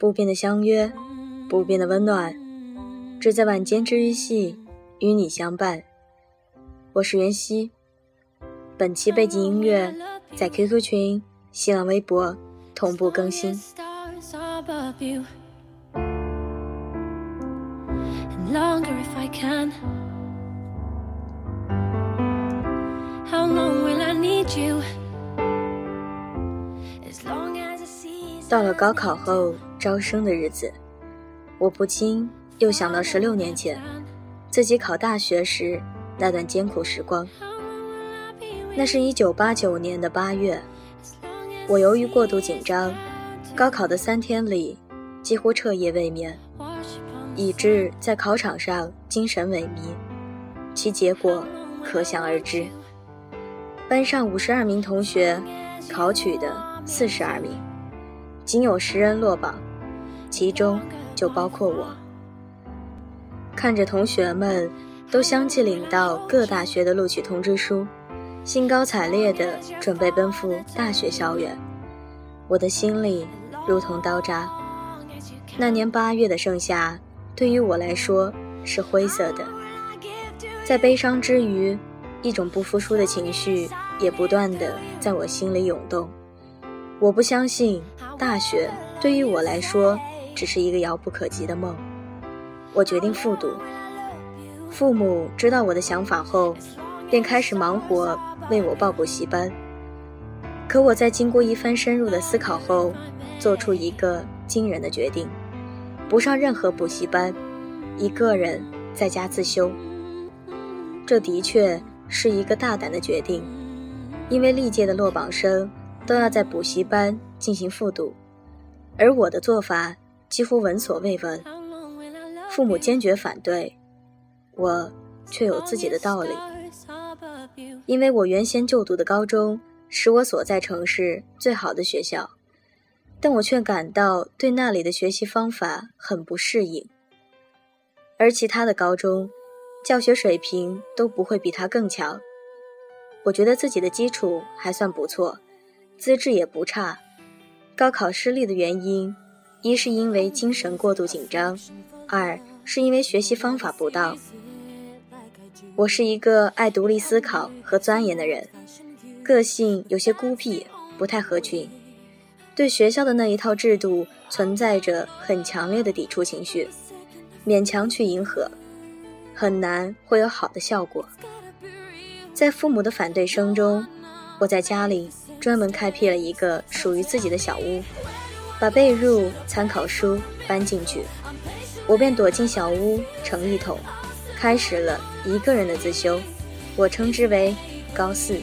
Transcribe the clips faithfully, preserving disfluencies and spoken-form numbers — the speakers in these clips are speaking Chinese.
不变的相约，不变的温暖，只在晚间治愈系与你相伴。我是袁熙，本期背景音乐在 Q Q 群、新浪微博同步更新。Longer if I can. How long will I need you? As long as it sees. 到了高考后招生的日子，我不禁又想到十六年前自己考大学时那段艰苦时光。那是一九八九年的八月，我由于过度紧张，高考的三天里几乎彻夜未眠，以致在考场上精神萎靡，其结果可想而知。班上五十二名同学，考取的四十二名，仅有十人落榜，其中就包括我。看着同学们都相继领到各大学的录取通知书，兴高采烈地准备奔赴大学校园，我的心里如同刀扎。那年八月的盛夏对于我来说是灰色的，在悲伤之余，一种不服输的情绪也不断地在我心里涌动。我不相信大学对于我来说只是一个遥不可及的梦。我决定复读。父母知道我的想法后，便开始忙活为我报补习班。可我在经过一番深入的思考后，做出一个惊人的决定，不上任何补习班，一个人在家自修。这的确是一个大胆的决定，因为历届的落榜生都要在补习班进行复读，而我的做法几乎闻所未闻。父母坚决反对，我却有自己的道理。因为我原先就读的高中是我所在城市最好的学校，但我却感到对那里的学习方法很不适应，而其他的高中教学水平都不会比它更强。我觉得自己的基础还算不错，资质也不差。高考失利的原因，一是因为精神过度紧张，二是因为学习方法不当。我是一个爱独立思考和钻研的人，个性有些孤僻，不太合群，对学校的那一套制度存在着很强烈的抵触情绪，勉强去迎合，很难会有好的效果。在父母的反对声中，我在家里专门开辟了一个属于自己的小屋，把被褥、参考书搬进去，我便躲进小屋成一统，开始了一个人的自修，我称之为高四。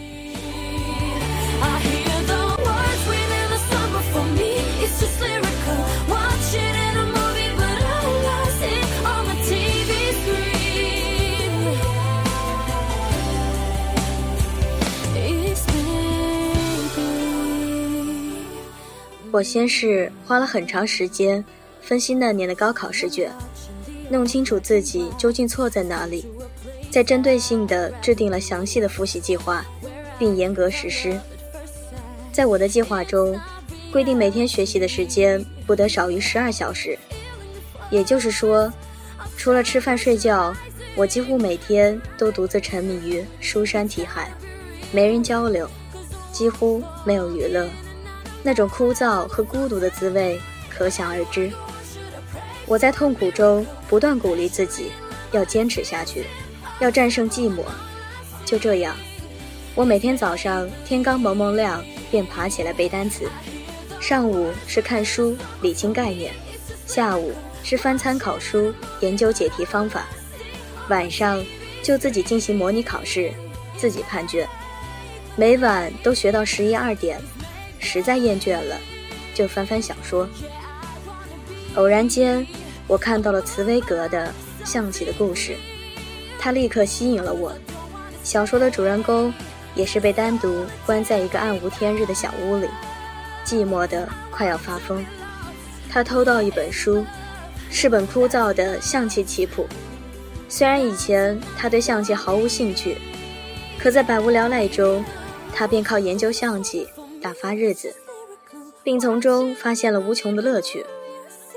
我先是花了很长时间分析那年的高考试卷，弄清楚自己究竟错在哪里，再针对性地制定了详细的复习计划，并严格实施。在我的计划中，规定每天学习的时间不得少于十二小时，也就是说，除了吃饭睡觉，我几乎每天都独自沉迷于书山题海，没人交流，几乎没有娱乐，那种枯燥和孤独的滋味可想而知。我在痛苦中不断鼓励自己要坚持下去，要战胜寂寞。就这样，我每天早上天刚蒙蒙亮便爬起来背单词，上午是看书理清概念，下午是翻参考书研究解题方法，晚上就自己进行模拟考试，自己判卷，每晚都学到十一二点，实在厌倦了就翻翻小说。偶然间我看到了茨威格的《象棋的故事》，它立刻吸引了我。小说的主人公也是被单独关在一个暗无天日的小屋里，寂寞得快要发疯。他偷到一本书，是本枯燥的象棋棋谱。虽然以前他对象棋毫无兴趣，可在百无聊赖中，他便靠研究象棋打发日子，并从中发现了无穷的乐趣。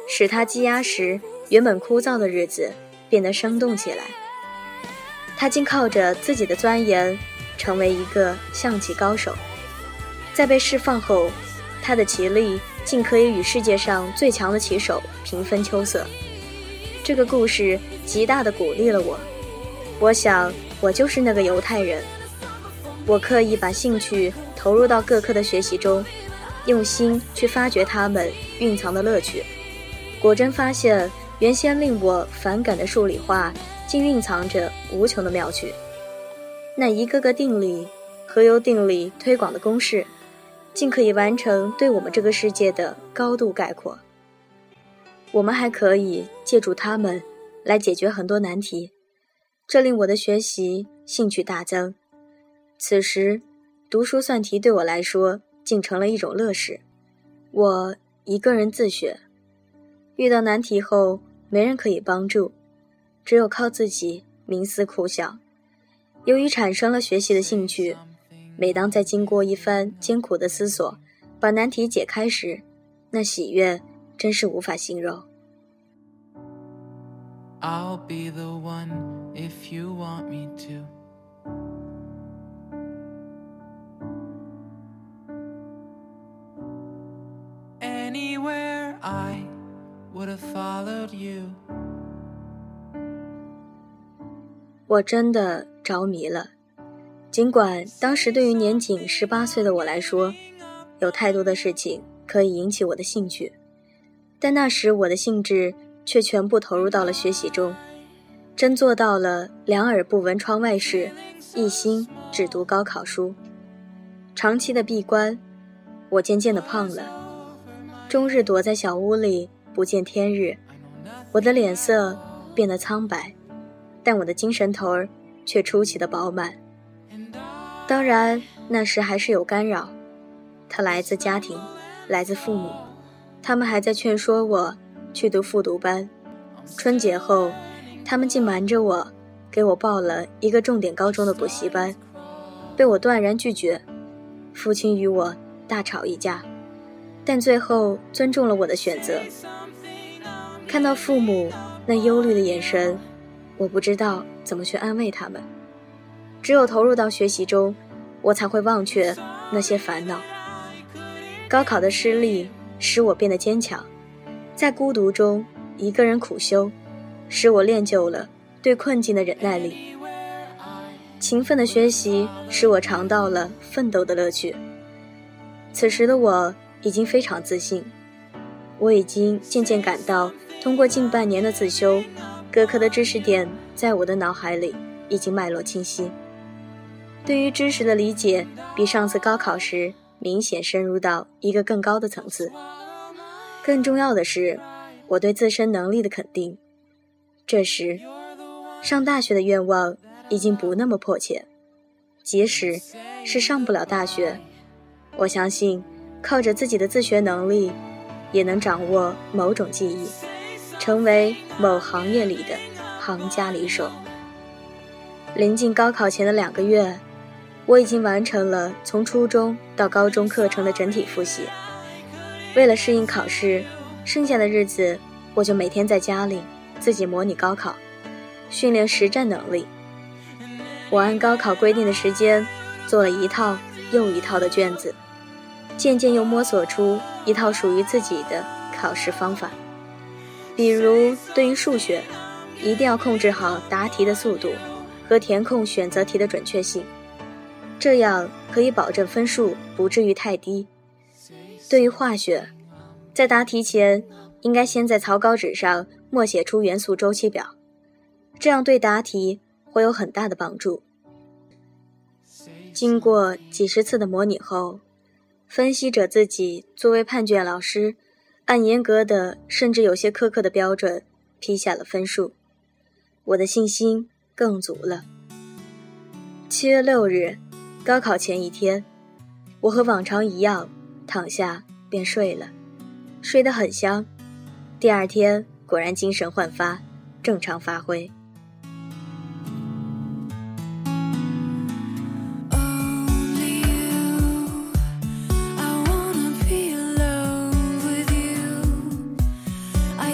使他积压时原本枯燥的日子变得生动起来。他竟靠着自己的钻研成为一个象棋高手，在被释放后，他的棋力竟可以与世界上最强的棋手平分秋色。这个故事极大地鼓励了我，我想我就是那个犹太人。我刻意把兴趣投入到各科的学习中，用心去发掘他们蕴藏的乐趣，果真发现原先令我反感的数理化竟蕴藏着无穷的妙趣。那一个个定理和由定理推广的公式，竟可以完成对我们这个世界的高度概括。我们还可以借助它们来解决很多难题，这令我的学习兴趣大增。此时读书算题对我来说竟成了一种乐事，我一个人自学，遇到难题后没人可以帮助，只有靠自己冥思苦想。由于产生了学习的兴趣，每当在经过一番艰苦的思索把难题解开时，那喜悦真是无法形容。 I'll be the one if you want me to. Anywhere I would have followed you. 我真的着迷了，尽管当时对于年仅十八岁的我来说，有太多的事情可以引起我的兴趣，但那时我的兴致却全部投入到了学习中，真做到了两耳不闻窗外事，一心只读高考书。长期的闭关，我渐渐的胖了，终日躲在小屋里不见天日，我的脸色变得苍白，但我的精神头儿却出奇的饱满。当然那时还是有干扰，它来自家庭，来自父母，他们还在劝说我去读复读班。春节后，他们竟瞒着我给我报了一个重点高中的补习班，被我断然拒绝。父亲与我大吵一架，但最后尊重了我的选择。看到父母那忧虑的眼神，我不知道怎么去安慰他们，只有投入到学习中，我才会忘却那些烦恼。高考的失利使我变得坚强，在孤独中一个人苦修，使我练就了对困境的忍耐力。勤奋的学习使我尝到了奋斗的乐趣。此时的我已经非常自信，我已经渐渐感到通过近半年的自修，各科的知识点在我的脑海里已经脉络清晰，对于知识的理解比上次高考时明显深入到一个更高的层次。更重要的是我对自身能力的肯定。这时上大学的愿望已经不那么迫切，即使是上不了大学，我相信靠着自己的自学能力也能掌握某种技艺，成为某行业里的行家里手。临近高考前的两个月，我已经完成了从初中到高中课程的整体复习。为了适应考试，剩下的日子我就每天在家里自己模拟高考，训练实战能力。我按高考规定的时间做了一套又一套的卷子，渐渐又摸索出一套属于自己的考试方法。比如对于数学，一定要控制好答题的速度和填空选择题的准确性，这样可以保证分数不至于太低。对于化学，在答题前应该先在草稿纸上默写出元素周期表，这样对答题会有很大的帮助。经过几十次的模拟后，分析者自己作为判卷老师，按严格的甚至有些苛刻的标准批下了分数，我的信心更足了。七月六日，高考前一天，我和往常一样躺下便睡了，睡得很香。第二天果然精神焕发，正常发挥。 I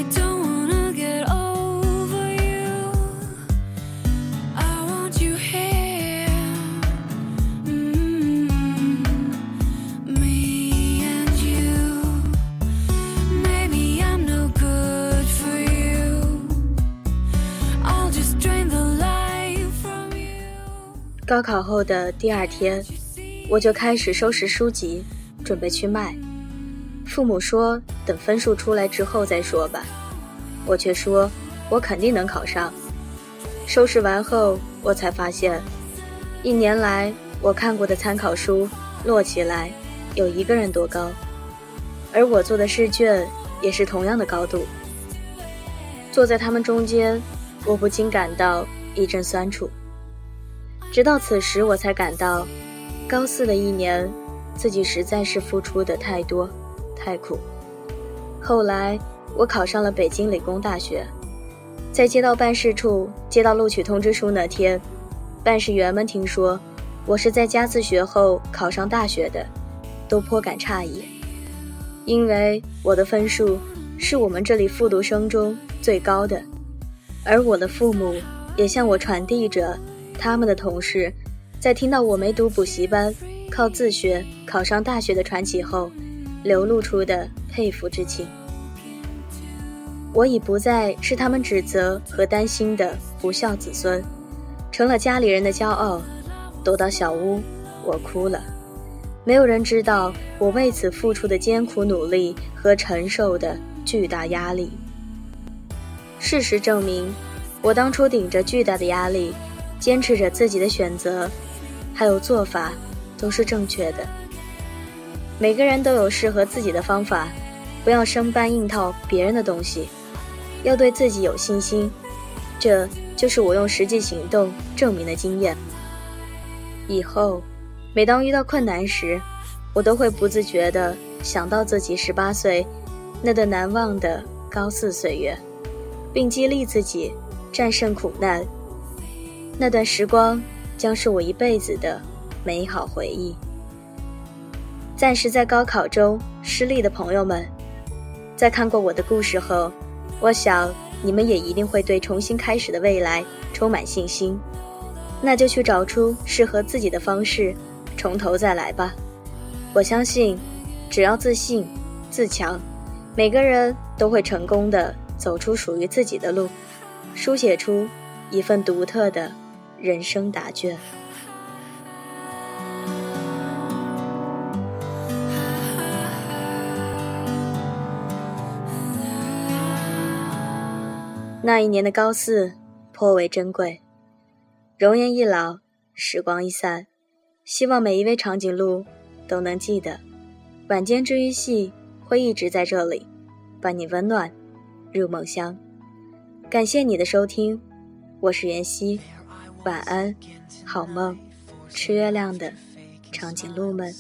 高考后的第二天，我就开始收拾书籍，准备去卖。父母说等分数出来之后再说吧，我却说我肯定能考上。收拾完后，我才发现，一年来我看过的参考书摞起来有一个人多高，而我做的试卷也是同样的高度。坐在他们中间，我不禁感到一阵酸楚。直到此时，我才感到高四的一年，自己实在是付出的太多太苦。后来我考上了北京理工大学，在接到办事处接到录取通知书那天，办事员们听说我是在加自学后考上大学的，都颇感诧异，因为我的分数是我们这里复读生中最高的，而我的父母也向我传递着他们的同事在听到我没读补习班，靠自学考上大学的传奇后流露出的佩服之情。我已不再是他们指责和担心的不孝子孙，成了家里人的骄傲。躲到小屋，我哭了。没有人知道我为此付出的艰苦努力和承受的巨大压力。事实证明，我当初顶着巨大的压力，坚持着自己的选择，还有做法都是正确的。每个人都有适合自己的方法，不要生搬硬套别人的东西，要对自己有信心，这就是我用实际行动证明的经验。以后每当遇到困难时，我都会不自觉地想到自己十八岁那段难忘的高四岁月，并激励自己战胜苦难。那段时光将是我一辈子的美好回忆。暂时在高考中失利的朋友们，在看过我的故事后，我想你们也一定会对重新开始的未来充满信心。那就去找出适合自己的方式，从头再来吧。我相信，只要自信、自强，每个人都会成功地走出属于自己的路，书写出一份独特的人生答卷。那一年的高四颇为珍贵，容颜一老，时光一散，希望每一位长颈鹿都能记得，晚间治愈系会一直在这里，伴你温暖入梦乡。感谢你的收听，我是妍希，晚安，好梦，吃月亮的长颈鹿们。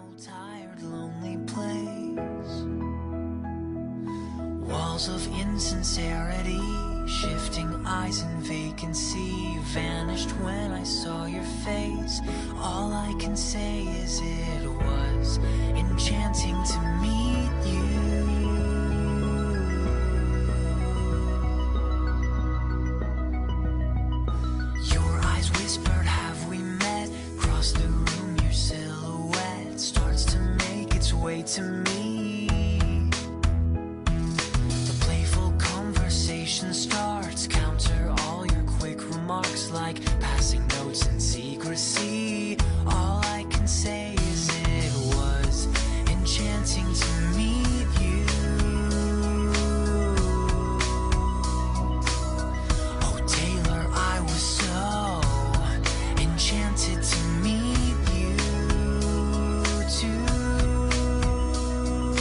Walls of insincerity, shifting eyes in vacancy, vanished when I saw your face. All I can say is it was enchanting to meet you. Your eyes whispered, have we met? Across the room your silhouette starts to make its way to me. Starts counter all your quick remarks like passing notes in secrecy. All I can say is it was enchanting to meet you. Oh Taylor, I was so enchanted to meet you too.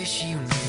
wish you knew.